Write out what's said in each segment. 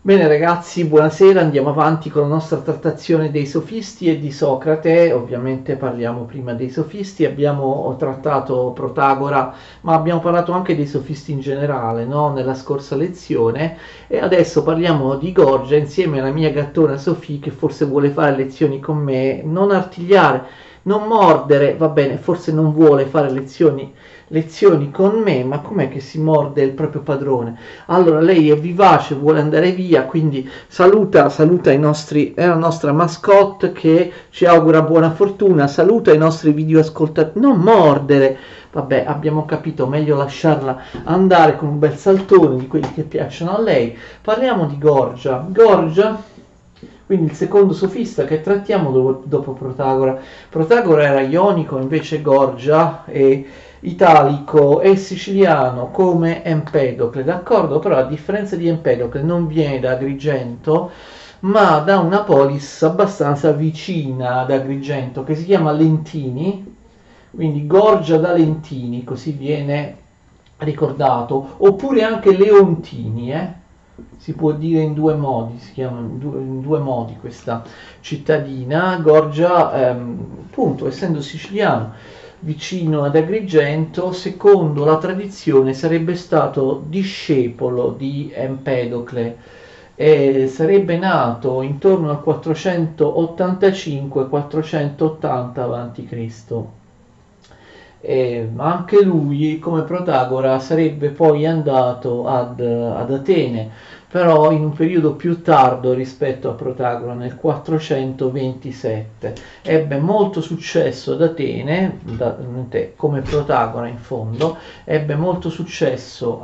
Bene ragazzi, buonasera, andiamo avanti con la nostra trattazione dei sofisti e di Socrate. Ovviamente parliamo prima dei sofisti, abbiamo trattato Protagora, ma abbiamo parlato anche dei sofisti in generale, no? Nella scorsa lezione, e adesso parliamo di Gorgia insieme alla mia gattona Sofì, che forse vuole fare lezioni con me. Non artigliare, non mordere, va bene, forse non vuole fare lezioni con me, ma com'è che si morde il proprio padrone? Allora lei è vivace, vuole andare via, quindi saluta i nostri, è la nostra mascotte che ci augura buona fortuna, saluta i nostri video ascoltatori, non mordere. Vabbè, abbiamo capito, meglio lasciarla andare con un bel saltone di quelli che piacciono a lei. Parliamo di Gorgia. Gorgia, quindi il secondo sofista che trattiamo dopo Protagora. Protagora era ionico, invece Gorgia è italico e siciliano come Empedocle, d'accordo? Però a differenza di Empedocle non viene da Agrigento, ma da una polis abbastanza vicina ad Agrigento che si chiama Lentini, quindi Gorgia da Lentini, così viene ricordato, oppure anche Leontini, si può dire in due modi, si chiama in due modi questa cittadina. Gorgia, appunto, essendo siciliano, vicino ad Agrigento, secondo la tradizione sarebbe stato discepolo di Empedocle e sarebbe nato intorno al 485-480 a.C. Anche lui, come Protagora, sarebbe poi andato ad Atene, però in un periodo più tardo rispetto a Protagora, nel 427. Ebbe molto successo ad Atene, come Protagora in fondo, ebbe molto successo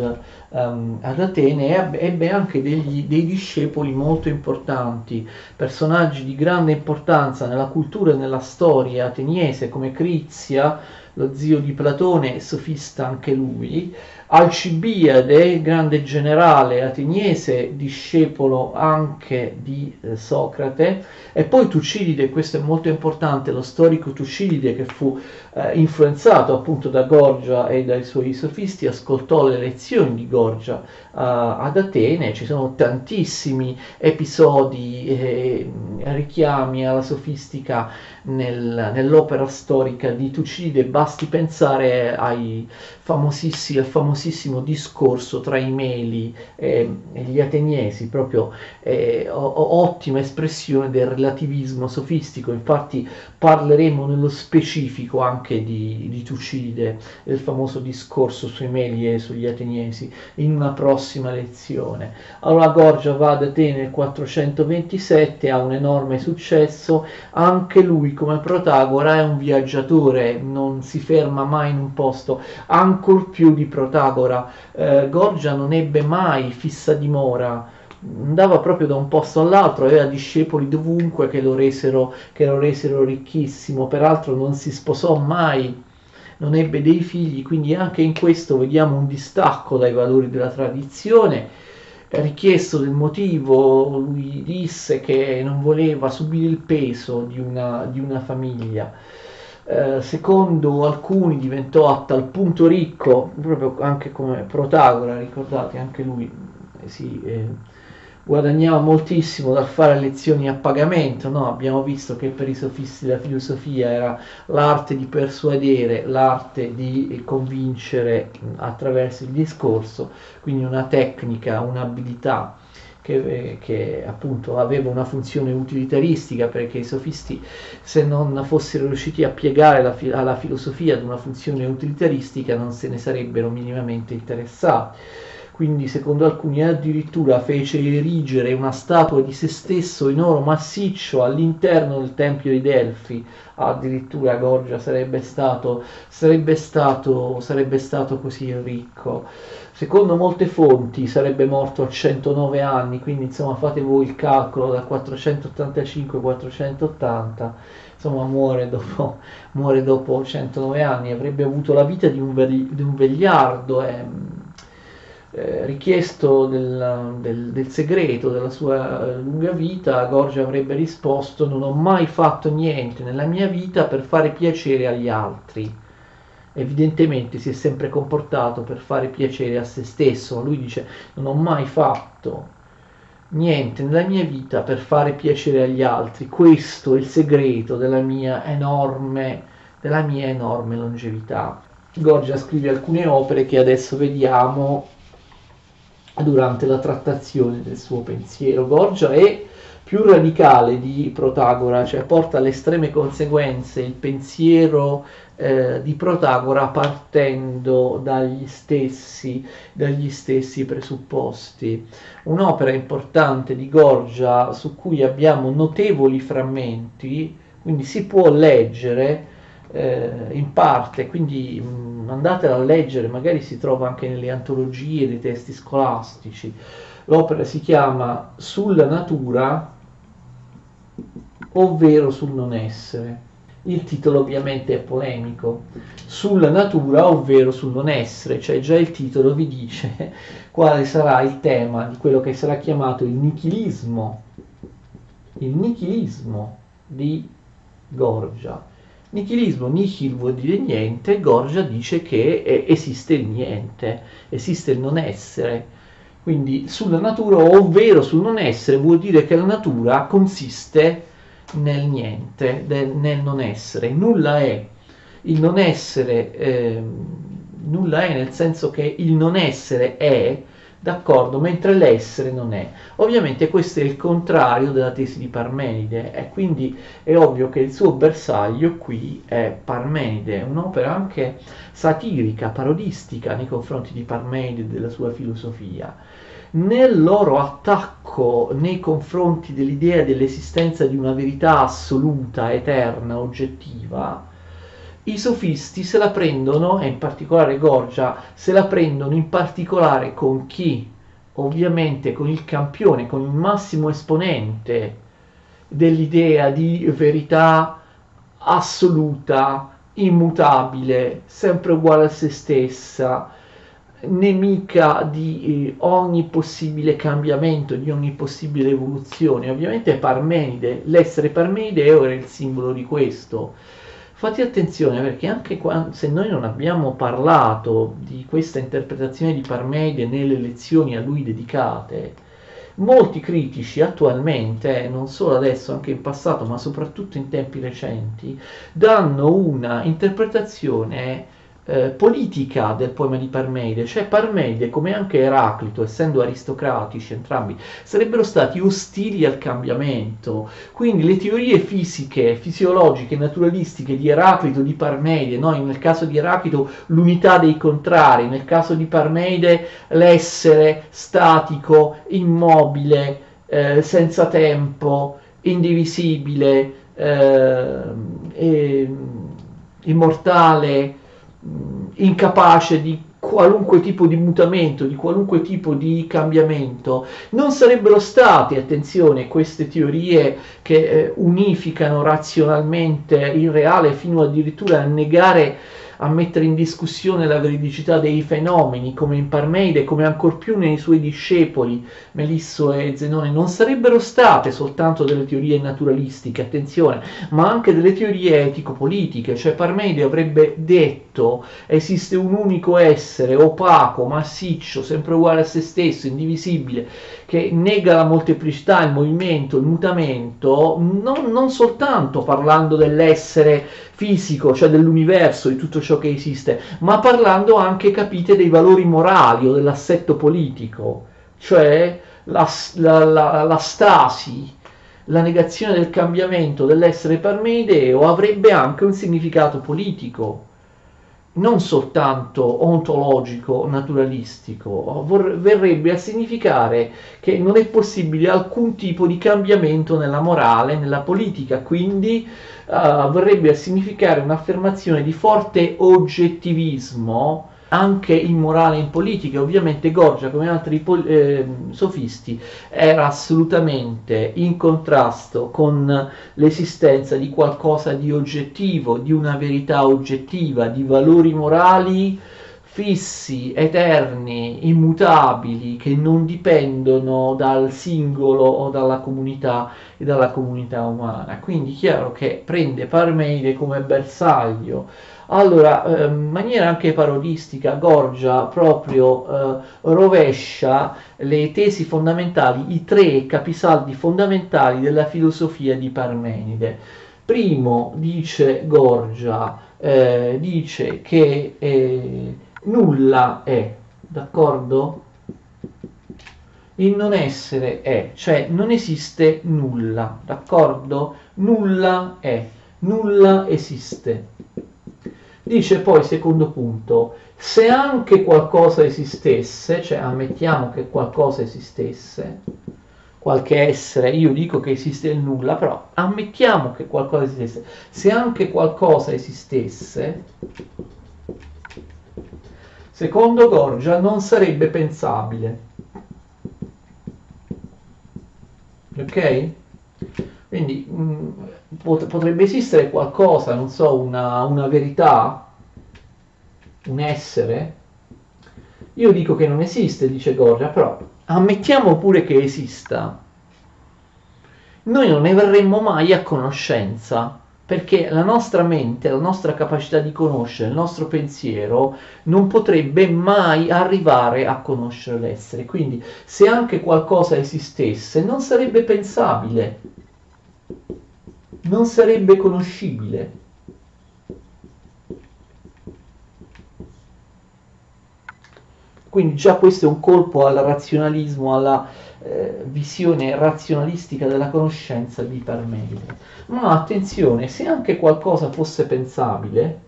ad Atene e ebbe anche dei discepoli molto importanti, personaggi di grande importanza nella cultura e nella storia ateniese come Crizia, lo zio di Platone, sofista anche lui, Alcibiade, grande generale ateniese, discepolo anche di Socrate, e poi Tucidide, questo è molto importante, lo storico Tucidide che fu influenzato appunto da Gorgia e dai suoi sofisti, ascoltò le lezioni di Gorgia ad Atene. Ci sono tantissimi episodi e richiami alla sofistica nell'opera storica di Tucidide, basti pensare al famosissimo discorso tra i Meli e gli Ateniesi, proprio ottima espressione del relativismo sofistico. Infatti parleremo nello specifico anche di Tucidide, del famoso discorso sui Meli e sugli Ateniesi, in una prossima lezione. Allora Gorgia va ad Atene nel 427, ha un enorme successo, anche lui come Protagora è un viaggiatore, non si ferma mai in un posto, ancor più di Protagora. Gorgia non ebbe mai fissa dimora, andava proprio da un posto all'altro, aveva discepoli dovunque che lo resero ricchissimo, peraltro non si sposò mai, non ebbe dei figli, quindi anche in questo vediamo un distacco dai valori della tradizione. Richiesto del motivo, lui disse che non voleva subire il peso di una famiglia. Secondo alcuni diventò a tal punto ricco, proprio anche come Protagora, ricordate, anche lui guadagnava moltissimo dal fare lezioni a pagamento, no? Abbiamo visto che per i sofisti la filosofia era l'arte di persuadere, l'arte di convincere attraverso il discorso, quindi una tecnica, un'abilità che appunto aveva una funzione utilitaristica, perché i sofisti, se non fossero riusciti a piegare alla filosofia ad una funzione utilitaristica, non se ne sarebbero minimamente interessati. Quindi secondo alcuni addirittura fece erigere una statua di se stesso in oro massiccio all'interno del tempio di Delfi. Addirittura Gorgia sarebbe stato così ricco. Secondo molte fonti sarebbe morto a 109 anni, quindi insomma fate voi il calcolo, da 485-480, insomma muore dopo 109 anni, avrebbe avuto la vita di un vegliardo. Richiesto del segreto della sua lunga vita, Gorgia avrebbe risposto: non ho mai fatto niente nella mia vita per fare piacere agli altri. Evidentemente si è sempre comportato per fare piacere a se stesso. Lui dice: non ho mai fatto niente nella mia vita per fare piacere agli altri. Questo è il segreto della mia enorme longevità. Gorgia scrive alcune opere che adesso vediamo durante la trattazione del suo pensiero. Gorgia è più radicale di Protagora, cioè porta alle estreme conseguenze il pensiero di Protagora partendo dagli stessi presupposti. Un'opera importante di Gorgia su cui abbiamo notevoli frammenti, quindi si può leggere in parte, quindi andatela a leggere, magari si trova anche nelle antologie dei testi scolastici. L'opera si chiama Sulla natura, ovvero sul non essere. Il titolo ovviamente è polemico, sulla natura ovvero sul non essere, cioè già il titolo vi dice quale sarà il tema di quello che sarà chiamato il nichilismo di Gorgia. Nichilismo, nihil vuol dire niente, Gorgia dice che esiste il niente, esiste il non essere. Quindi sulla natura ovvero sul non essere vuol dire che la natura consiste nel niente, nel non essere. Nulla è. Il non essere, nulla è nel senso che il non essere è, d'accordo, mentre l'essere non è. Ovviamente questo è il contrario della tesi di Parmenide e quindi è ovvio che il suo bersaglio qui è Parmenide, un'opera anche satirica, parodistica nei confronti di Parmenide e della sua filosofia. Nel loro attacco nei confronti dell'idea dell'esistenza di una verità assoluta, eterna, oggettiva, i sofisti se la prendono, e in particolare Gorgia, se la prendono in particolare con chi? Ovviamente con il campione, con il massimo esponente dell'idea di verità assoluta, immutabile, sempre uguale a se stessa, nemica di ogni possibile cambiamento, di ogni possibile evoluzione. Ovviamente Parmenide, l'essere Parmenide era il simbolo di questo. Fate attenzione perché anche se noi non abbiamo parlato di questa interpretazione di Parmenide nelle lezioni a lui dedicate, molti critici attualmente, non solo adesso, anche in passato, ma soprattutto in tempi recenti, danno una interpretazione politica del poema di Parmenide, cioè Parmenide, come anche Eraclito, essendo aristocratici entrambi, sarebbero stati ostili al cambiamento. Quindi le teorie fisiche, fisiologiche, naturalistiche di Eraclito, di Parmenide, no? Nel caso di Eraclito l'unità dei contrari, nel caso di Parmenide l'essere statico, immobile, senza tempo, indivisibile, immortale, incapace di qualunque tipo di mutamento, di qualunque tipo di cambiamento. Non sarebbero state, attenzione, queste teorie che unificano razionalmente il reale fino addirittura a negare, a mettere in discussione la veridicità dei fenomeni, come in Parmenide, come ancor più nei suoi discepoli Melisso e Zenone, non sarebbero state soltanto delle teorie naturalistiche, attenzione, ma anche delle teorie etico-politiche. Cioè Parmenide avrebbe detto esiste un unico essere opaco, massiccio, sempre uguale a se stesso, indivisibile, che nega la molteplicità, il movimento, il mutamento, non soltanto parlando dell'essere fisico, cioè dell'universo, di tutto ciò che esiste, ma parlando anche, capite, dei valori morali o dell'assetto politico, cioè la stasi, la negazione del cambiamento dell'essere parmenideo avrebbe anche un significato politico, non soltanto ontologico, naturalistico, verrebbe a significare che non è possibile alcun tipo di cambiamento nella morale, nella politica, quindi verrebbe a significare un'affermazione di forte oggettivismo anche in morale e in politica. Ovviamente Gorgia, come altri sofisti, era assolutamente in contrasto con l'esistenza di qualcosa di oggettivo, di una verità oggettiva, di valori morali fissi, eterni, immutabili, che non dipendono dal singolo o dalla comunità e dalla comunità umana. Quindi chiaro che prende Parmenide come bersaglio. Allora, in maniera anche parodistica, Gorgia proprio rovescia le tesi fondamentali, i tre capisaldi fondamentali della filosofia di Parmenide. Primo, dice Gorgia, dice che nulla è, d'accordo? Il non essere è, cioè non esiste nulla, d'accordo? Nulla è, nulla esiste. Dice poi, secondo punto, se anche qualcosa esistesse, cioè ammettiamo che qualcosa esistesse, qualche essere, io dico che esiste il nulla, però ammettiamo che qualcosa esistesse, se anche qualcosa esistesse, secondo Gorgia non sarebbe pensabile. Ok? Quindi potrebbe esistere qualcosa, non so, una verità, un essere. Io dico che non esiste, dice Gorgia, però ammettiamo pure che esista. Noi non ne verremmo mai a conoscenza, perché la nostra mente, la nostra capacità di conoscere, il nostro pensiero non potrebbe mai arrivare a conoscere l'essere. Quindi se anche qualcosa esistesse non sarebbe pensabile, non sarebbe conoscibile. Quindi già questo è un colpo al razionalismo, alla visione razionalistica della conoscenza di Parmenide. Ma attenzione, se anche qualcosa fosse pensabile,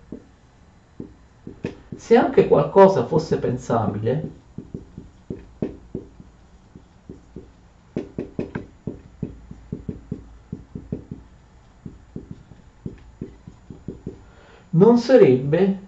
se anche qualcosa fosse pensabile, non sarebbe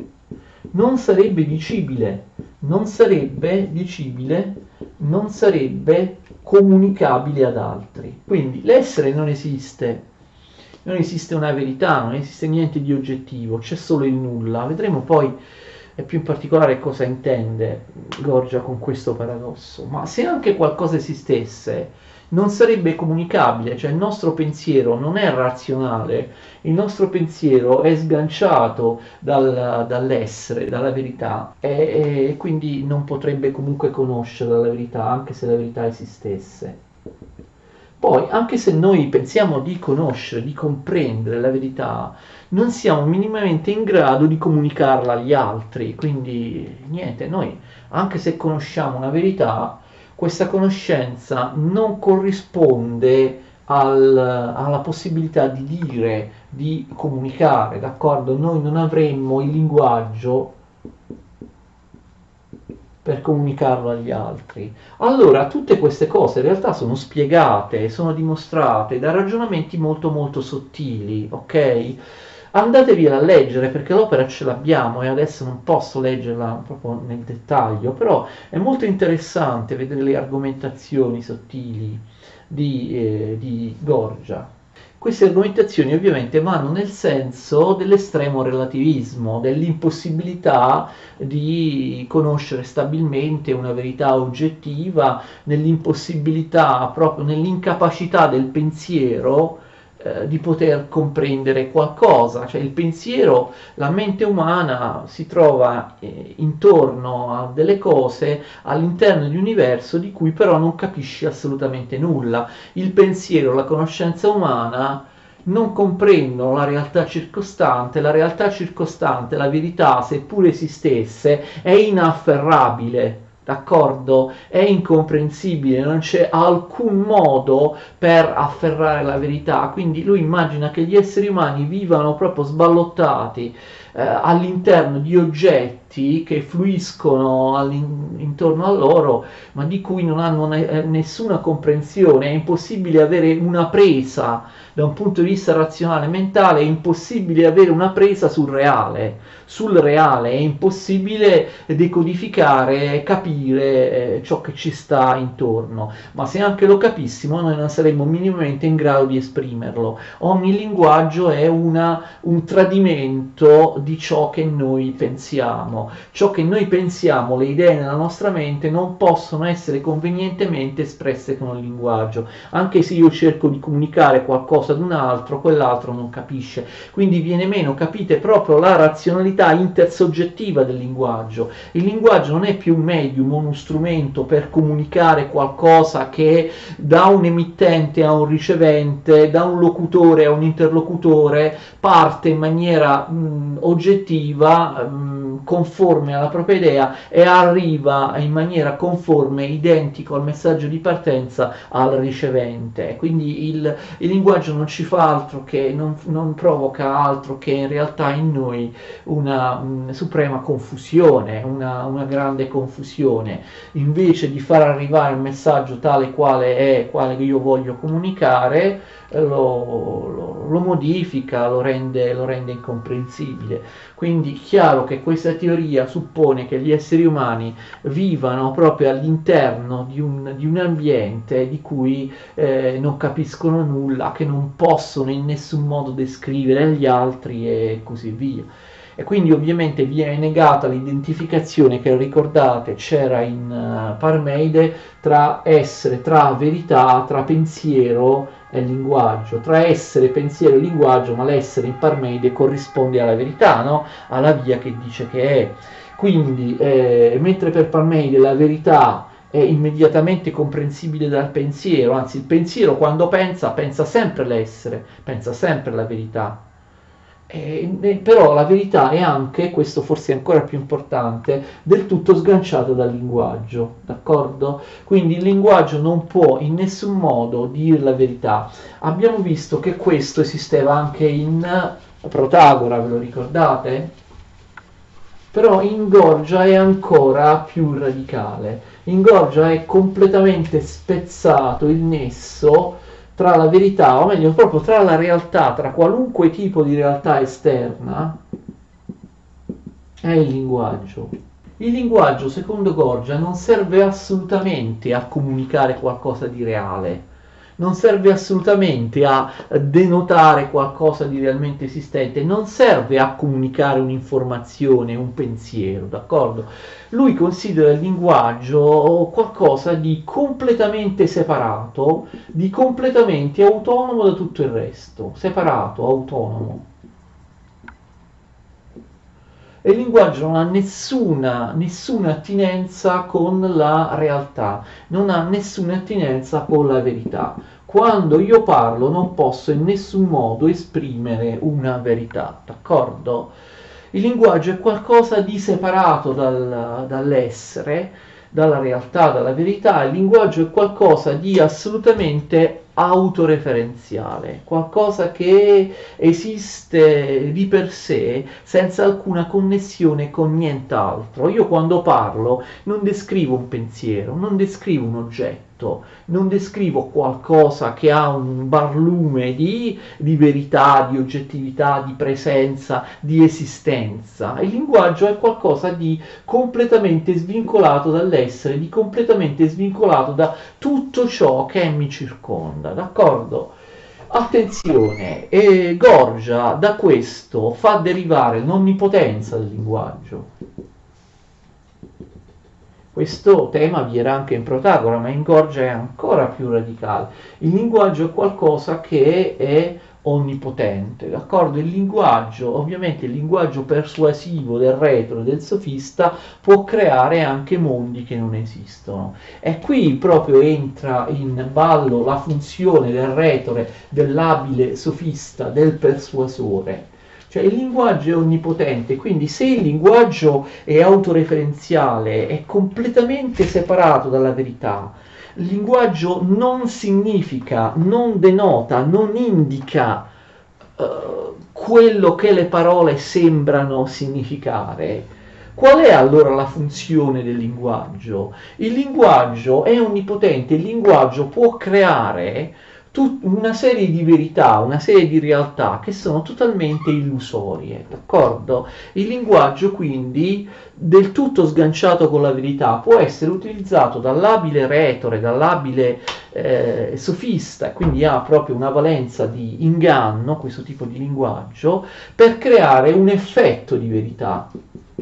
dicibile, non sarebbe dicibile, non sarebbe comunicabile ad altri. Quindi l'essere non esiste, non esiste una verità, non esiste niente di oggettivo, c'è solo il nulla. Vedremo poi più in particolare cosa intende Gorgia con questo paradosso. Ma se anche qualcosa esistesse, non sarebbe comunicabile, cioè il nostro pensiero non è razionale, il nostro pensiero è sganciato dall'essere, dalla verità, e quindi non potrebbe comunque conoscere la verità, anche se la verità esistesse. Poi, anche se noi pensiamo di conoscere, di comprendere la verità, non siamo minimamente in grado di comunicarla agli altri, quindi niente, noi anche se conosciamo una verità, questa conoscenza non corrisponde alla possibilità di dire, di comunicare, d'accordo? Noi non avremmo il linguaggio per comunicarlo agli altri. Allora, tutte queste cose in realtà sono spiegate, sono dimostrate da ragionamenti molto molto sottili, ok? Andatevi a leggere perché l'opera ce l'abbiamo e adesso non posso leggerla proprio nel dettaglio, però è molto interessante vedere le argomentazioni sottili di Gorgia. Queste argomentazioni ovviamente vanno nel senso dell'estremo relativismo, dell'impossibilità di conoscere stabilmente una verità oggettiva, nell'impossibilità, proprio nell'incapacità del pensiero di poter comprendere qualcosa, cioè il pensiero, la mente umana si trova intorno a delle cose all'interno di un universo di cui però non capisce assolutamente nulla. Il pensiero, la conoscenza umana non comprendono la realtà circostante, la verità, seppur esistesse, è inafferrabile. D'accordo? È incomprensibile, non c'è alcun modo per afferrare la verità. Quindi lui immagina che gli esseri umani vivano proprio sballottati all'interno di oggetti che fluiscono intorno a loro, ma di cui non hanno nessuna comprensione. È impossibile avere una presa da un punto di vista razionale mentale, è impossibile avere una presa sul reale, è impossibile decodificare, capire dire ciò che ci sta intorno, ma se anche lo capissimo noi non saremmo minimamente in grado di esprimerlo. Ogni linguaggio è un tradimento di ciò che noi pensiamo. Ciò che noi pensiamo, le idee nella nostra mente non possono essere convenientemente espresse con il linguaggio. Anche se io cerco di comunicare qualcosa ad un altro, quell'altro non capisce. Quindi viene meno, capite, proprio la razionalità intersoggettiva del linguaggio. Il linguaggio non è più un medium, uno strumento per comunicare qualcosa che da un emittente a un ricevente, da un locutore a un interlocutore, parte in maniera oggettiva, conforme alla propria idea e arriva in maniera conforme, identico al messaggio di partenza al ricevente. Quindi il linguaggio non ci fa altro che, non provoca altro che in realtà in noi una suprema confusione, una grande confusione. Invece di far arrivare il messaggio tale quale è, quale io voglio comunicare, lo modifica, lo rende incomprensibile. Quindi chiaro che questa teoria suppone che gli esseri umani vivano proprio all'interno di un ambiente di cui non capiscono nulla, che non possono in nessun modo descrivere agli altri e così via. E quindi ovviamente viene negata l'identificazione che, ricordate, c'era in Parmeide tra essere, tra verità, tra pensiero e linguaggio, tra essere, pensiero e linguaggio, ma l'essere in Parmeide corrisponde alla verità, no? Alla via che dice che è. Quindi, mentre per Parmeide la verità è immediatamente comprensibile dal pensiero, anzi il pensiero quando pensa sempre l'essere, pensa sempre la verità. Però la verità è anche, questo forse è ancora più importante, del tutto sganciata dal linguaggio, d'accordo? Quindi il linguaggio non può in nessun modo dire la verità. Abbiamo visto che questo esisteva anche in Protagora, ve lo ricordate? Però in Gorgia è ancora più radicale. In Gorgia è completamente spezzato il nesso tra la verità, o meglio proprio tra la realtà, tra qualunque tipo di realtà esterna, e il linguaggio. Il linguaggio, secondo Gorgia, non serve assolutamente a comunicare qualcosa di reale, non serve assolutamente a denotare qualcosa di realmente esistente, non serve a comunicare un'informazione, un pensiero, d'accordo? Lui considera il linguaggio qualcosa di completamente separato, di completamente autonomo da tutto il resto, separato, autonomo. E il linguaggio non ha nessuna attinenza con la realtà, non ha nessuna attinenza con la verità. Quando io parlo non posso in nessun modo esprimere una verità, d'accordo? Il linguaggio è qualcosa di separato dall'essere, dalla realtà, dalla verità. Il linguaggio è qualcosa di assolutamente autoreferenziale, qualcosa che esiste di per sé senza alcuna connessione con nient'altro. Io quando parlo non descrivo un pensiero, non descrivo un oggetto, non descrivo qualcosa che ha un barlume di verità, di oggettività, di presenza, di esistenza. Il linguaggio è qualcosa di completamente svincolato dall'essere, di completamente svincolato da tutto ciò che mi circonda, d'accordo? Attenzione, Gorgia da questo fa derivare l'onnipotenza del linguaggio. Questo tema vi era anche in Protagora, ma in Gorgia è ancora più radicale. Il linguaggio è qualcosa che è onnipotente, d'accordo? Il linguaggio, ovviamente il linguaggio persuasivo del retro e del sofista può creare anche mondi che non esistono. E qui proprio entra in ballo la funzione del retore, dell'abile sofista, del persuasore. Cioè il linguaggio è onnipotente, quindi se il linguaggio è autoreferenziale, è completamente separato dalla verità, il linguaggio non significa, non denota, non indica quello che le parole sembrano significare. Qual è allora la funzione del linguaggio? Il linguaggio è onnipotente, il linguaggio può creare una serie di verità, una serie di realtà che sono totalmente illusorie, d'accordo? Il linguaggio quindi del tutto sganciato con la verità può essere utilizzato dall'abile retore, dall'abile sofista, quindi ha proprio una valenza di inganno questo tipo di linguaggio per creare un effetto di verità.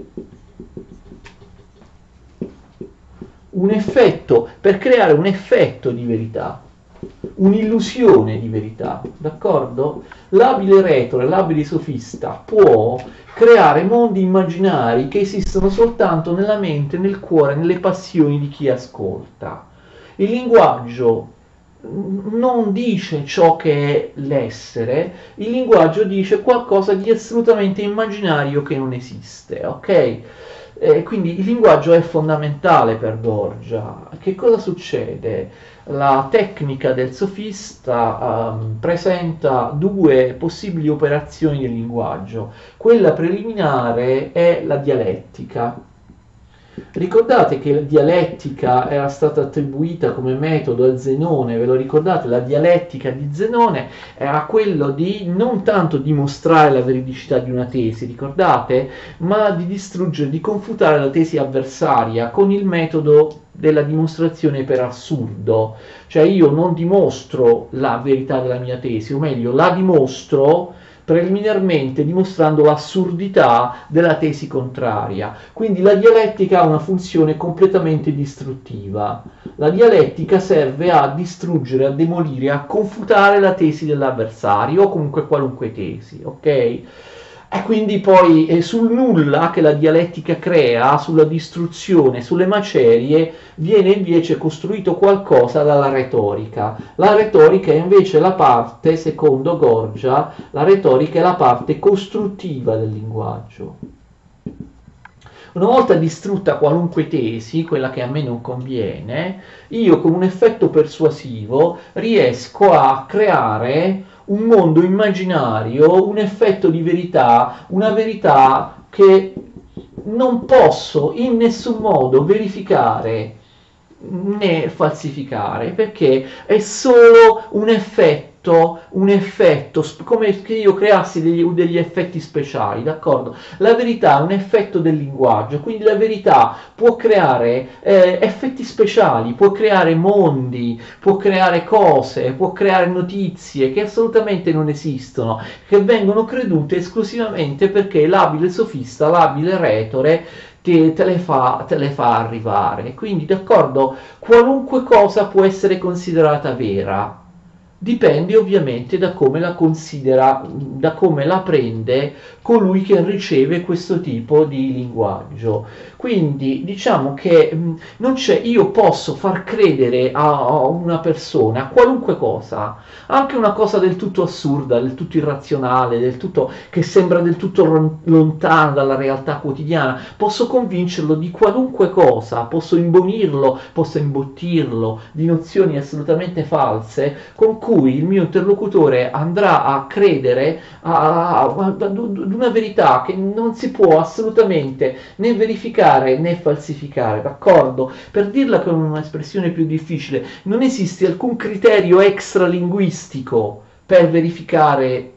Un effetto, per creare un effetto di verità, un'illusione di verità, d'accordo? L'abile retore, l'abile sofista può creare mondi immaginari che esistono soltanto nella mente, nel cuore, nelle passioni di chi ascolta. Il linguaggio non dice ciò che è l'essere, il linguaggio dice qualcosa di assolutamente immaginario che non esiste, ok? Quindi il linguaggio è fondamentale per Borgia. Che cosa succede? La tecnica del sofista presenta due possibili operazioni del linguaggio. Quella preliminare è la dialettica. Ricordate che la dialettica era stata attribuita come metodo a Zenone, ve lo ricordate? La dialettica di Zenone era quello di non tanto dimostrare la veridicità di una tesi, ricordate? Ma di distruggere, di confutare la tesi avversaria con il metodo della dimostrazione per assurdo. Cioè io non dimostro la verità della mia tesi, o meglio, la dimostro preliminarmente dimostrando l'assurdità della tesi contraria. Quindi la dialettica ha una funzione completamente distruttiva. La dialettica serve a distruggere, a demolire, a confutare la tesi dell'avversario o comunque qualunque tesi, ok? E quindi poi sul nulla che la dialettica crea, sulla distruzione, sulle macerie, viene invece costruito qualcosa dalla retorica. La retorica è invece la parte, secondo Gorgia, la retorica è la parte costruttiva del linguaggio. Una volta distrutta qualunque tesi, quella che a me non conviene, io con un effetto persuasivo riesco a creare un mondo immaginario, un effetto di verità, una verità che non posso in nessun modo verificare né falsificare, perché è solo un effetto, come che io creassi degli effetti speciali, d'accordo? La verità è un effetto del linguaggio, quindi la verità può creare effetti speciali, può creare mondi, può creare cose, può creare notizie che assolutamente non esistono, che vengono credute esclusivamente perché l'abile sofista, l'abile retore te le fa arrivare. Quindi, d'accordo, qualunque cosa può essere considerata vera. Dipende ovviamente da come la considera, da come la prende colui che riceve questo tipo di linguaggio. Quindi diciamo che non c'è, io posso far credere a una persona a qualunque cosa, anche una cosa del tutto assurda, del tutto irrazionale, del tutto, che sembra del tutto lontana dalla realtà quotidiana, posso convincerlo di qualunque cosa, posso imbonirlo, posso imbottirlo di nozioni assolutamente false con cui il mio interlocutore andrà a credere ad una verità che non si può assolutamente né verificare né falsificare, d'accordo? Per dirla con un'espressione più difficile, non esiste alcun criterio extralinguistico per verificare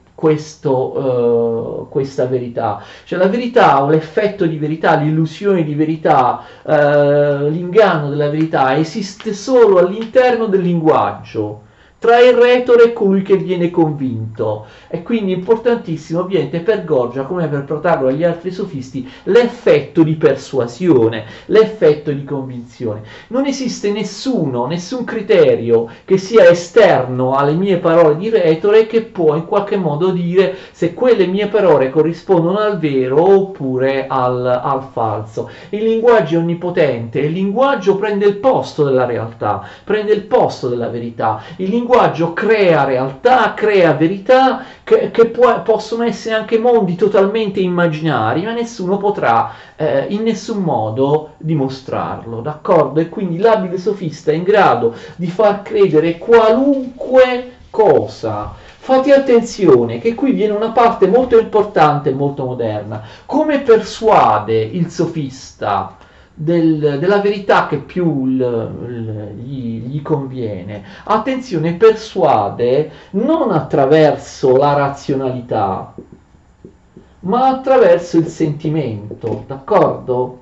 questa verità, cioè la verità o l'effetto di verità, l'illusione di verità, l'inganno della verità esiste solo all'interno del linguaggio, tra il retore e colui che viene convinto. E quindi è importantissimo ovviamente per Gorgia, come per Protagora e gli altri sofisti, l'effetto di persuasione, l'effetto di convinzione. Non esiste nessun criterio che sia esterno alle mie parole di retore che può in qualche modo dire se quelle mie parole corrispondono al vero oppure al falso. Il linguaggio è onnipotente, il linguaggio prende il posto della realtà, prende il posto della verità. Il linguaggio crea realtà, crea verità che possono essere anche mondi totalmente immaginari, ma nessuno potrà in nessun modo dimostrarlo, d'accordo? E quindi l'abile sofista è in grado di far credere qualunque cosa. Fate attenzione che qui viene una parte molto importante e molto moderna. Come persuade il sofista della verità che più gli conviene. Attenzione, persuade non attraverso la razionalità, ma attraverso il sentimento, d'accordo?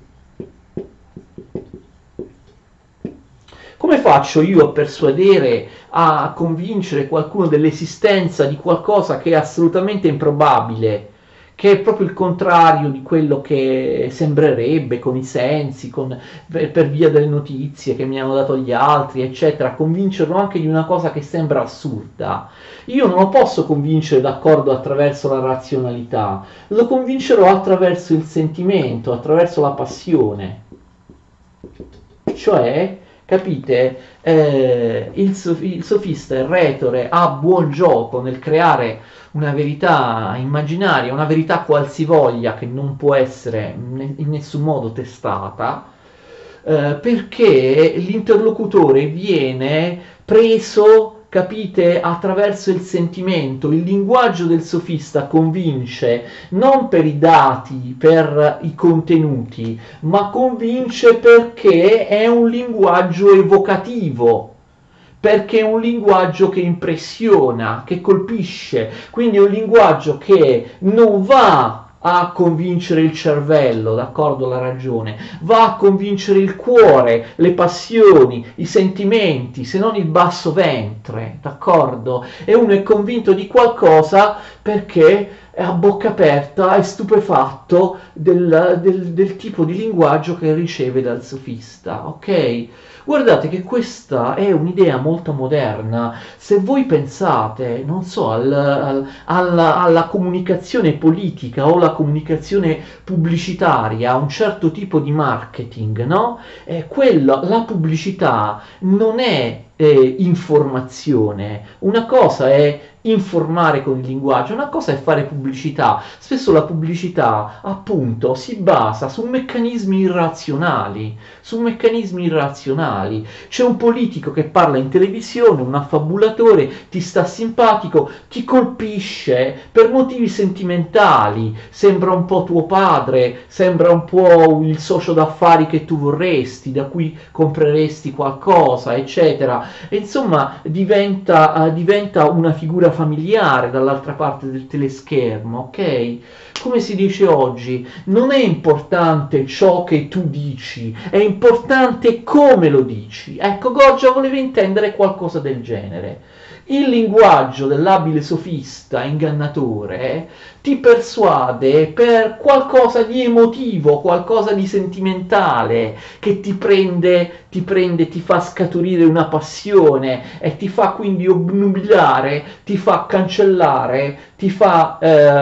Come faccio io a persuadere, a convincere qualcuno dell'esistenza di qualcosa che è assolutamente improbabile, che è proprio il contrario di quello che sembrerebbe con i sensi, per via delle notizie che mi hanno dato gli altri, eccetera, convincerlo anche di una cosa che sembra assurda? Io non lo posso convincere d'accordo attraverso la razionalità, lo convincerò attraverso il sentimento, attraverso la passione. Cioè, capite, il sofista, il retore ha buon gioco nel creare una verità immaginaria, una verità qualsivoglia che non può essere in nessun modo testata, perché l'interlocutore viene preso, capite, attraverso il sentimento. Il linguaggio del sofista convince non per i dati, per i contenuti, ma convince perché è un linguaggio evocativo, perché è un linguaggio che impressiona, che colpisce, quindi è un linguaggio che non va a convincere il cervello, d'accordo, la ragione, va a convincere il cuore, le passioni, i sentimenti, se non il basso ventre, d'accordo? E uno è convinto di qualcosa perché è a bocca aperta, è stupefatto del tipo di linguaggio che riceve dal sofista, ok? Guardate che questa è un'idea molto moderna. Se voi pensate, non so, alla comunicazione politica o alla comunicazione pubblicitaria, a un certo tipo di marketing, no? La pubblicità non è informazione, una cosa è informare con il linguaggio, una cosa è fare pubblicità. Spesso la pubblicità appunto si basa su meccanismi irrazionali, c'è un politico che parla in televisione, un affabulatore, ti sta simpatico, ti colpisce per motivi sentimentali, sembra un po' tuo padre, sembra un po' il socio d'affari che tu vorresti, da cui compreresti qualcosa, eccetera. E insomma diventa una figura familiare dall'altra parte del teleschermo, ok? Come si dice oggi, non è importante ciò che tu dici, è importante come lo dici. Ecco, Goggia voleva intendere qualcosa del genere. Il linguaggio dell'abile sofista ingannatore ti persuade per qualcosa di emotivo, qualcosa di sentimentale, che ti fa scaturire una passione e ti fa quindi obnubilare, ti fa cancellare, ti fa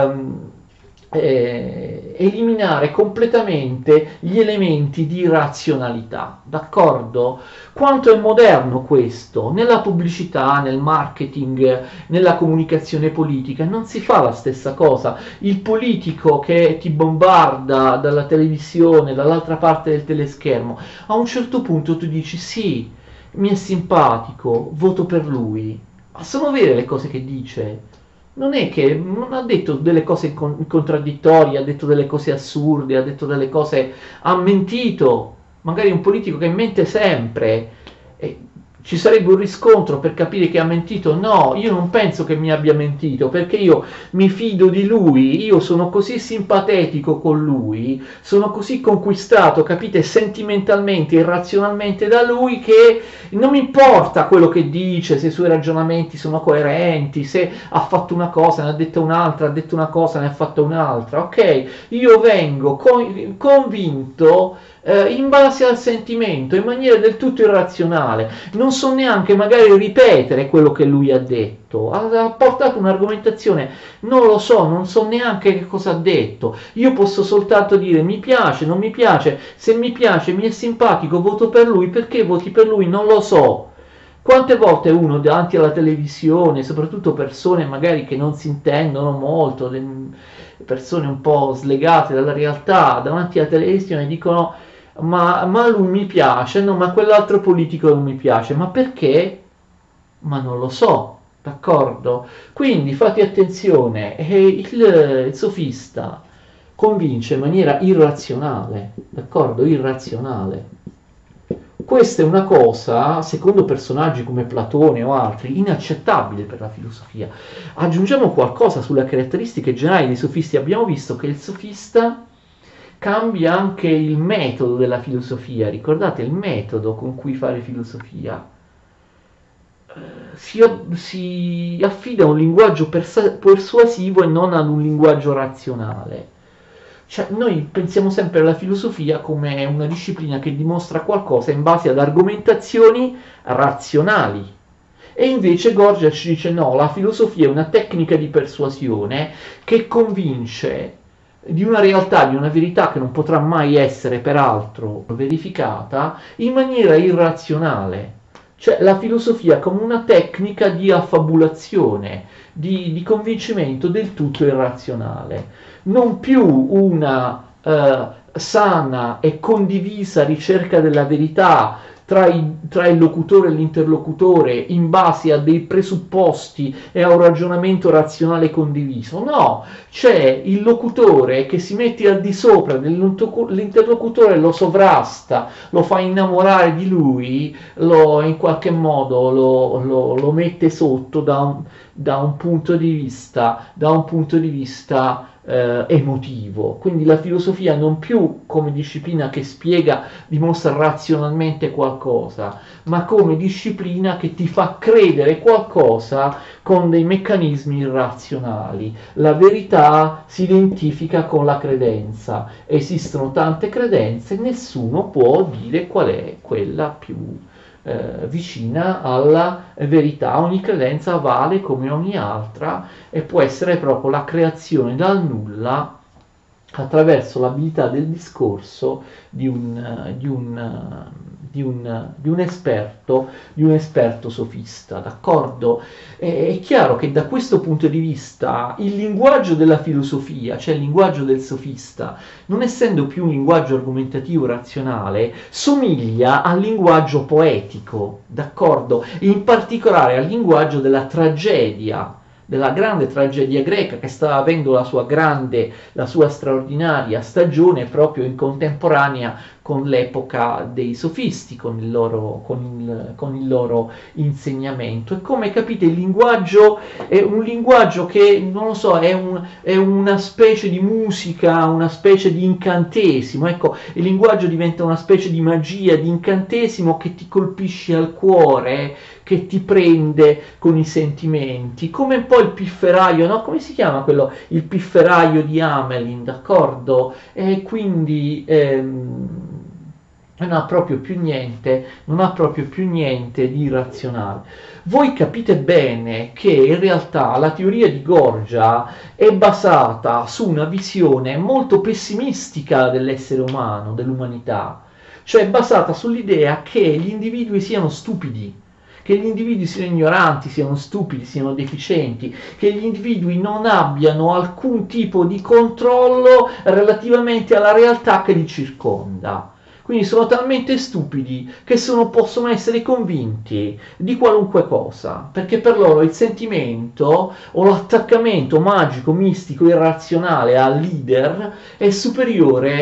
eliminare completamente gli elementi di razionalità, d'accordo? Quanto è moderno questo? Nella pubblicità, nel marketing, nella comunicazione politica non si fa la stessa cosa. Il politico che ti bombarda dalla televisione, dall'altra parte del teleschermo, a un certo punto tu dici sì, mi è simpatico, voto per lui. Ma sono vere le cose che dice? Non è che non ha detto delle cose contraddittorie, ha detto delle cose assurde, ha detto delle cose, ha mentito, magari un politico che mente sempre. E ci sarebbe un riscontro per capire che ha mentito? No, io non penso che mi abbia mentito, perché io mi fido di lui, io sono così simpatetico con lui, sono così conquistato, capite, sentimentalmente, irrazionalmente da lui, che non mi importa quello che dice, se i suoi ragionamenti sono coerenti, se ha fatto una cosa, ne ha detta un'altra, ha detto una cosa, ne ha fatta un'altra, ok? Io vengo convinto in base al sentimento, in maniera del tutto irrazionale. Non so neanche magari ripetere quello che lui ha detto. Ha portato un'argomentazione, non lo so, non so neanche che cosa ha detto. Io posso soltanto dire mi piace, non mi piace, se mi piace, mi è simpatico, voto per lui, perché voti per lui non lo so. Quante volte uno davanti alla televisione, soprattutto persone magari che non si intendono molto, persone un po' slegate dalla realtà, davanti alla televisione dicono ma lui mi piace, no, ma quell'altro politico non mi piace, ma perché? Ma non lo so, d'accordo? Quindi fate attenzione, il sofista convince in maniera irrazionale, d'accordo? Irrazionale. Questa è una cosa, secondo personaggi come Platone o altri, inaccettabile per la filosofia. Aggiungiamo qualcosa sulle caratteristiche generali dei sofisti. Abbiamo visto che il sofista cambia anche il metodo della filosofia. Ricordate il metodo con cui fare filosofia? Si affida a un linguaggio persuasivo e non ad un linguaggio razionale. Cioè, noi pensiamo sempre alla filosofia come una disciplina che dimostra qualcosa in base ad argomentazioni razionali. E invece Gorgia ci dice no, la filosofia è una tecnica di persuasione che convince di una realtà, di una verità che non potrà mai essere peraltro verificata in maniera irrazionale. Cioè la filosofia come una tecnica di affabulazione, di convincimento del tutto irrazionale, non più una sana e condivisa ricerca della verità tra il locutore e l'interlocutore in base a dei presupposti e a un ragionamento razionale condiviso. No, c'è il locutore che si mette al di sopra dell'interlocutore, lo sovrasta, lo fa innamorare di lui, in qualche modo lo mette sotto da un punto di vista emotivo. Quindi la filosofia non più come disciplina che spiega, dimostra razionalmente qualcosa, ma come disciplina che ti fa credere qualcosa con dei meccanismi irrazionali. La verità si identifica con la credenza. Esistono tante credenze, nessuno può dire qual è quella più vicina alla verità. Ogni credenza vale come ogni altra e può essere proprio la creazione dal nulla attraverso l'abilità del discorso di un esperto sofista, d'accordo? È chiaro che da questo punto di vista il linguaggio della filosofia, cioè il linguaggio del sofista, non essendo più un linguaggio argomentativo razionale, somiglia al linguaggio poetico, d'accordo? In particolare al linguaggio della tragedia, della grande tragedia greca che stava avendo la sua straordinaria stagione proprio in contemporanea con l'epoca dei sofisti, con il loro insegnamento. E come capite il linguaggio è un linguaggio che, non lo so, è una specie di musica, una specie di incantesimo. Ecco, il linguaggio diventa una specie di magia, di incantesimo che ti colpisce al cuore, che ti prende con i sentimenti, come un po' il pifferaio, no? Come si chiama quello? Il pifferaio di Hamelin, d'accordo? E quindi non ha proprio più niente di irrazionale. Voi capite bene che in realtà la teoria di Gorgia è basata su una visione molto pessimistica dell'essere umano, dell'umanità, cioè è basata sull'idea che gli individui siano stupidi, che gli individui siano ignoranti, siano stupidi, siano deficienti, che gli individui non abbiano alcun tipo di controllo relativamente alla realtà che li circonda. Quindi sono talmente stupidi che possono essere convinti di qualunque cosa, perché per loro il sentimento o l'attaccamento magico, mistico, irrazionale al leader è superiore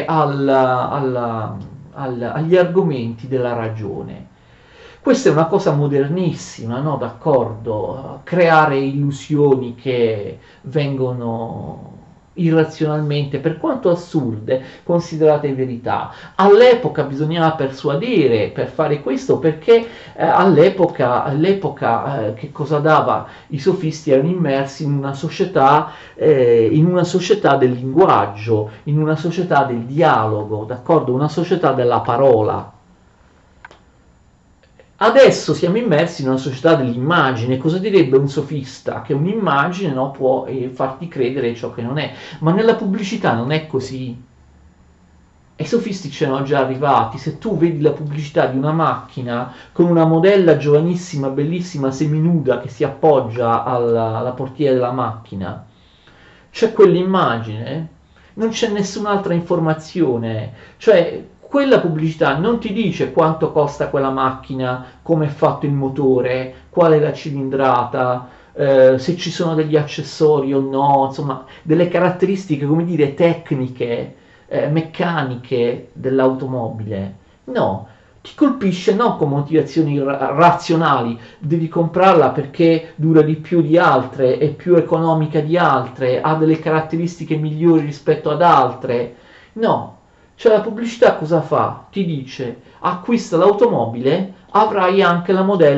agli argomenti della ragione. Questa è una cosa modernissima, no? D'accordo? Creare illusioni che vengono irrazionalmente, per quanto assurde, considerate verità. All'epoca bisognava persuadere per fare questo, perché all'epoca che cosa dava? I sofisti erano immersi in una società del linguaggio, in una società del dialogo, d'accordo? Una società della parola. Adesso siamo immersi in una società dell'immagine. Cosa direbbe un sofista? Che un'immagine, no, può farti credere ciò che non è, ma nella pubblicità non è così. E i sofisti ci sono già arrivati. Se tu vedi la pubblicità di una macchina con una modella giovanissima, bellissima, seminuda che si appoggia alla portiera della macchina, c'è quell'immagine, non c'è nessun'altra informazione, cioè quella pubblicità non ti dice quanto costa quella macchina, come è fatto il motore, qual è la cilindrata, se ci sono degli accessori o no, insomma, delle caratteristiche, come dire, tecniche, meccaniche dell'automobile. No, ti colpisce non con motivazioni razionali, devi comprarla perché dura di più di altre, è più economica di altre, ha delle caratteristiche migliori rispetto ad altre. No, cioè la pubblicità cosa fa? Ti dice acquista l'automobile, avrai anche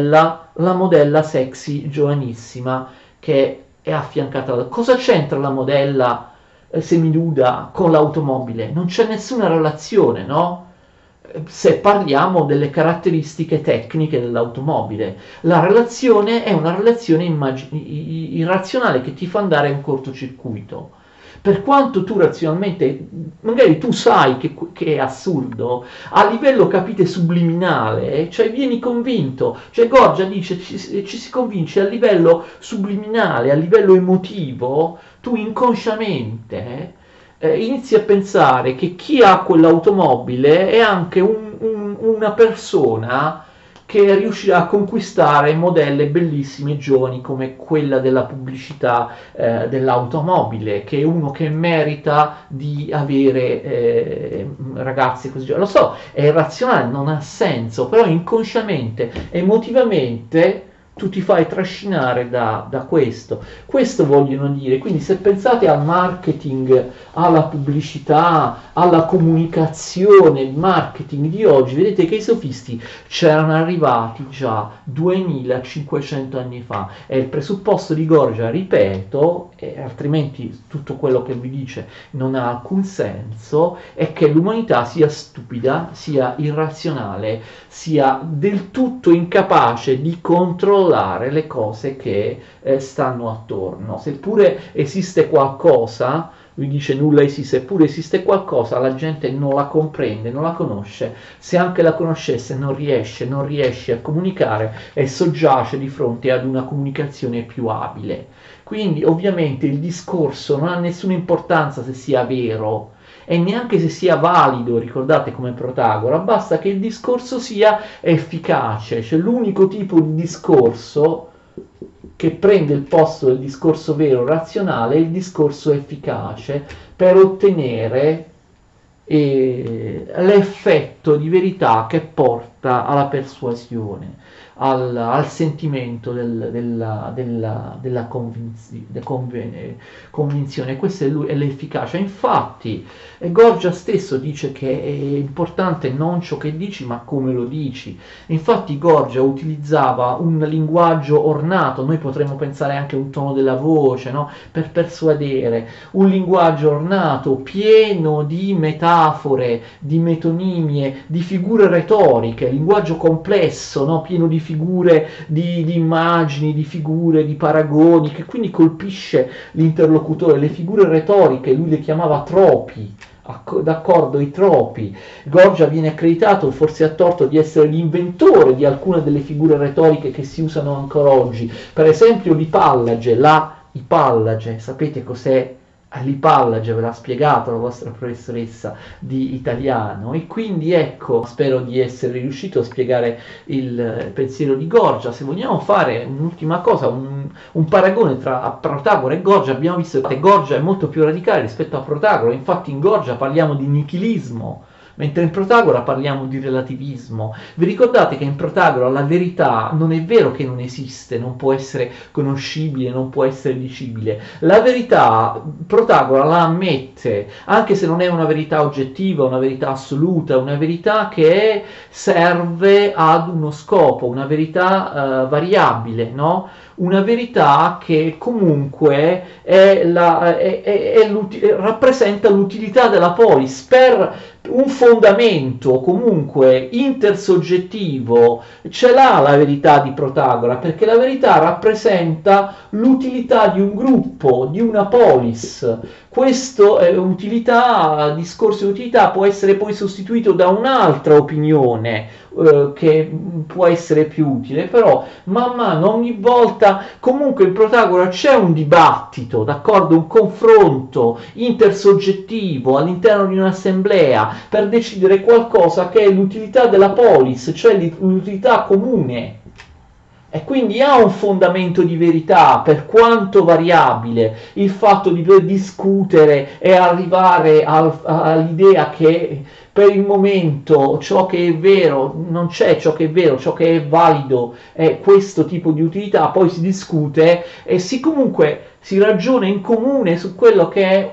la modella sexy giovanissima che è affiancata da... Cosa c'entra la modella seminuda con l'automobile? Non c'è nessuna relazione, no? Se parliamo delle caratteristiche tecniche dell'automobile. La relazione è una relazione irrazionale che ti fa andare in cortocircuito. Per quanto tu razionalmente, magari tu sai che è assurdo, a livello capite subliminale, cioè vieni convinto, cioè Gorgia dice ci si convince a livello subliminale, a livello emotivo, tu inconsciamente inizi a pensare che chi ha quell'automobile è anche una persona che riuscirà a conquistare modelle bellissime giovani come quella della pubblicità dell'automobile, che è uno che merita di avere ragazze così giovani. Lo so, è irrazionale, non ha senso, però inconsciamente, emotivamente tu ti fai trascinare da questo. Questo vogliono dire. Quindi se pensate al marketing, alla pubblicità, alla comunicazione, il marketing di oggi, vedete che i sofisti c'erano arrivati già 2500 anni fa. E il presupposto di Gorgia, ripeto, altrimenti tutto quello che vi dice non ha alcun senso, è che l'umanità sia stupida, sia irrazionale, sia del tutto incapace di controllare le cose che stanno attorno. Seppure esiste qualcosa, lui dice nulla esiste, eppure esiste qualcosa, la gente non la comprende, non la conosce, se anche la conoscesse non riesce a comunicare e soggiace di fronte ad una comunicazione più abile. Quindi ovviamente il discorso non ha nessuna importanza se sia vero, e neanche se sia valido, ricordate come Protagora, basta che il discorso sia efficace, cioè l'unico tipo di discorso che prende il posto del discorso vero, razionale, è il discorso efficace per ottenere l'effetto di verità che porta alla persuasione, al sentimento della convinzione. Questa è l'efficacia. Infatti Gorgia stesso dice che è importante non ciò che dici ma come lo dici. Infatti Gorgia utilizzava un linguaggio ornato, noi potremmo pensare anche a un tono della voce, no? Per persuadere, un linguaggio ornato, pieno di metafore, di metonimie, di figure retoriche, linguaggio complesso, no? Pieno di figure, di immagini, di figure, di paragoni, che quindi colpisce l'interlocutore. Le figure retoriche lui le chiamava tropi, d'accordo, i tropi. Gorgia viene accreditato, forse a torto, di essere l'inventore di alcune delle figure retoriche che si usano ancora oggi, per esempio l'ipallage, sapete cos'è? L'ipallage ve l'ha spiegato la vostra professoressa di italiano, e quindi ecco, spero di essere riuscito a spiegare il pensiero di Gorgia. Se vogliamo fare un'ultima cosa, un paragone tra Protagora e Gorgia, abbiamo visto che Gorgia è molto più radicale rispetto a Protagora. Infatti in Gorgia parliamo di nichilismo, mentre in Protagora parliamo di relativismo. Vi ricordate che in Protagora la verità non è vero che non esiste, non può essere conoscibile, non può essere dicibile. La verità Protagora la ammette, anche se non è una verità oggettiva, una verità assoluta, una verità che serve ad uno scopo, una verità variabile, no? Una verità che comunque rappresenta l'utilità della polis per un fondamento comunque intersoggettivo. Ce l'ha la verità di Protagora, perché la verità rappresenta l'utilità di un gruppo, di una polis. Questo discorso di utilità può essere poi sostituito da un'altra opinione che può essere più utile, però man mano, ogni volta, comunque in Protagora c'è un dibattito, d'accordo, un confronto intersoggettivo all'interno di un'assemblea per decidere qualcosa che è l'utilità della polis, cioè l'utilità comune. E quindi ha un fondamento di verità, per quanto variabile, il fatto di dover discutere e arrivare all'idea che per il momento ciò che è vero non c'è, ciò che è vero, ciò che è valido è questo tipo di utilità, poi si discute e si ragiona in comune su quello che è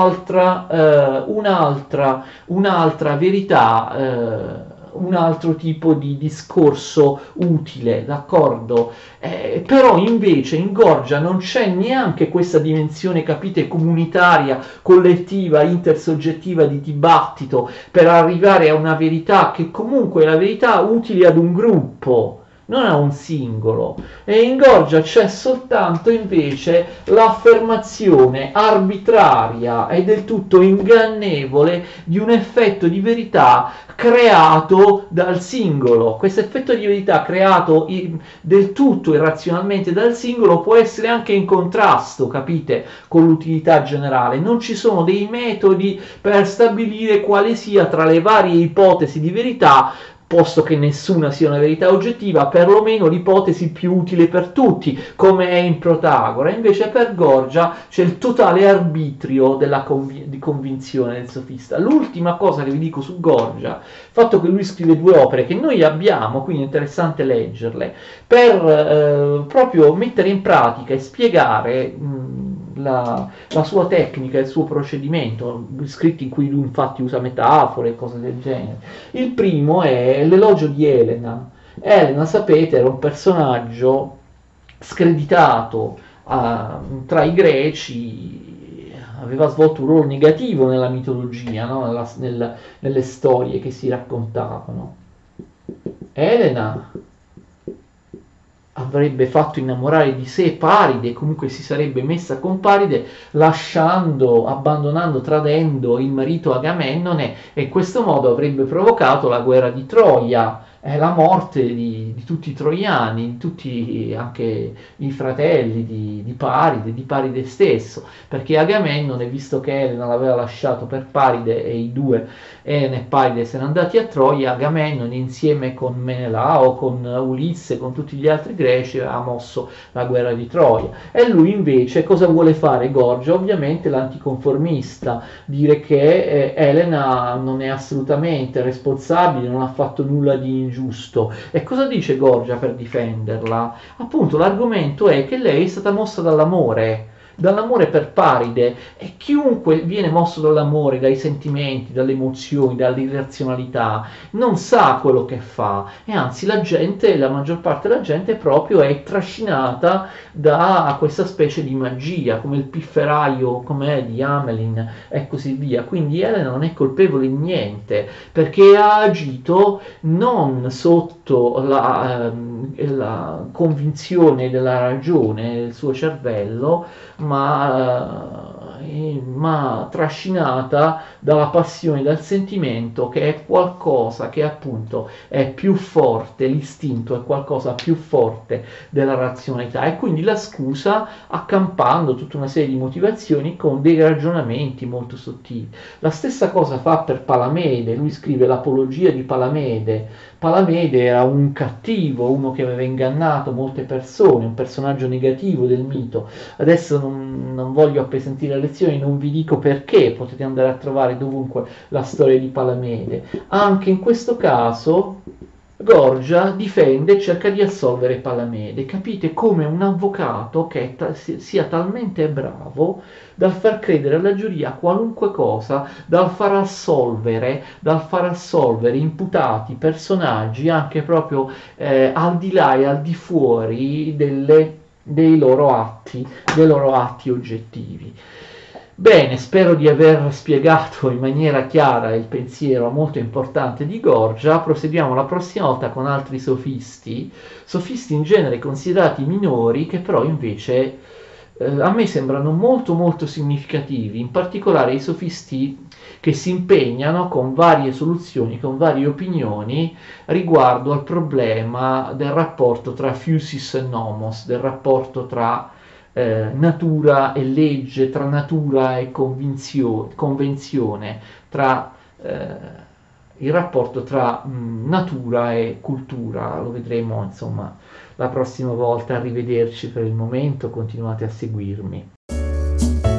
un'altra verità, un altro tipo di discorso utile, d'accordo? Però invece in Gorgia non c'è neanche questa dimensione, capite, comunitaria, collettiva, intersoggettiva di dibattito per arrivare a una verità che comunque è la verità utile ad un gruppo, non a un singolo. E in Gorgia c'è soltanto invece l'affermazione arbitraria e del tutto ingannevole di un effetto di verità creato dal singolo. Questo effetto di verità creato del tutto irrazionalmente dal singolo può essere anche in contrasto, capite, con l'utilità generale. Non ci sono dei metodi per stabilire quale sia tra le varie ipotesi di verità, posto che nessuna sia una verità oggettiva, perlomeno l'ipotesi più utile per tutti, come è in Protagora. Invece per Gorgia c'è il totale arbitrio di convinzione del sofista. L'ultima cosa che vi dico su Gorgia, il fatto che lui scrive 2 opere che noi abbiamo, quindi è interessante leggerle, per proprio mettere in pratica e spiegare la sua tecnica, il suo procedimento, scritti in cui lui infatti usa metafore e cose del genere. Il primo è l'elogio di Elena. Elena, sapete, era un personaggio screditato tra i greci, aveva svolto un ruolo negativo nella mitologia, no? Nelle storie che si raccontavano. Elena avrebbe fatto innamorare di sé Paride, comunque si sarebbe messa con Paride, abbandonando, tradendo il marito Agamennone, e in questo modo avrebbe provocato la guerra di Troia, la morte di tutti i troiani, di tutti anche i fratelli di Paride stesso, perché Agamennone, visto che Elena l'aveva lasciato per Paride e i due, Elena e Paride, se ne andati a Troia, Agamennone insieme con Menelao, con Ulisse, con tutti gli altri greci ha mosso la guerra di Troia. E lui invece cosa vuole fare Gorgia? Ovviamente l'anticonformista, dire che Elena non è assolutamente responsabile, non ha fatto nulla di ingiusto. E cosa dice Gorgia per difenderla? Appunto l'argomento è che lei è stata mossa dall'amore per Paride, e chiunque viene mosso dall'amore, dai sentimenti, dalle emozioni, dall'irrazionalità, non sa quello che fa, e anzi la maggior parte della gente proprio è trascinata da questa specie di magia, come il pifferaio, come di Amelin e così via. Quindi Elena non è colpevole di niente, perché ha agito non sotto la convinzione della ragione del suo cervello, ma trascinata dalla passione, dal sentimento, che è qualcosa che appunto è più forte, l'istinto è qualcosa più forte della razionalità, e quindi la scusa accampando tutta una serie di motivazioni con dei ragionamenti molto sottili. La stessa cosa fa per Palamede. Lui scrive l'apologia di Palamede. Palamede era un cattivo, uno che aveva ingannato molte persone, un personaggio negativo del mito. Adesso non voglio appesantire le lezioni, non vi dico perché, potete andare a trovare dovunque la storia di Palamede. Anche in questo caso Gorgia difende e cerca di assolvere Palamede. Capite come un avvocato che sia talmente bravo dal far credere alla giuria qualunque cosa, dal far assolvere imputati, personaggi anche proprio al di là e al di fuori dei loro atti oggettivi. Bene, spero di aver spiegato in maniera chiara il pensiero molto importante di Gorgia. Proseguiamo la prossima volta con altri sofisti in genere considerati minori, che però invece a me sembrano molto molto significativi, in particolare i sofisti che si impegnano con varie soluzioni, con varie opinioni riguardo al problema del rapporto tra physis e nomos, del rapporto tra natura e legge, tra natura e convenzione, tra il rapporto tra natura e cultura. Lo vedremo insomma la prossima volta. Arrivederci per il momento, continuate a seguirmi.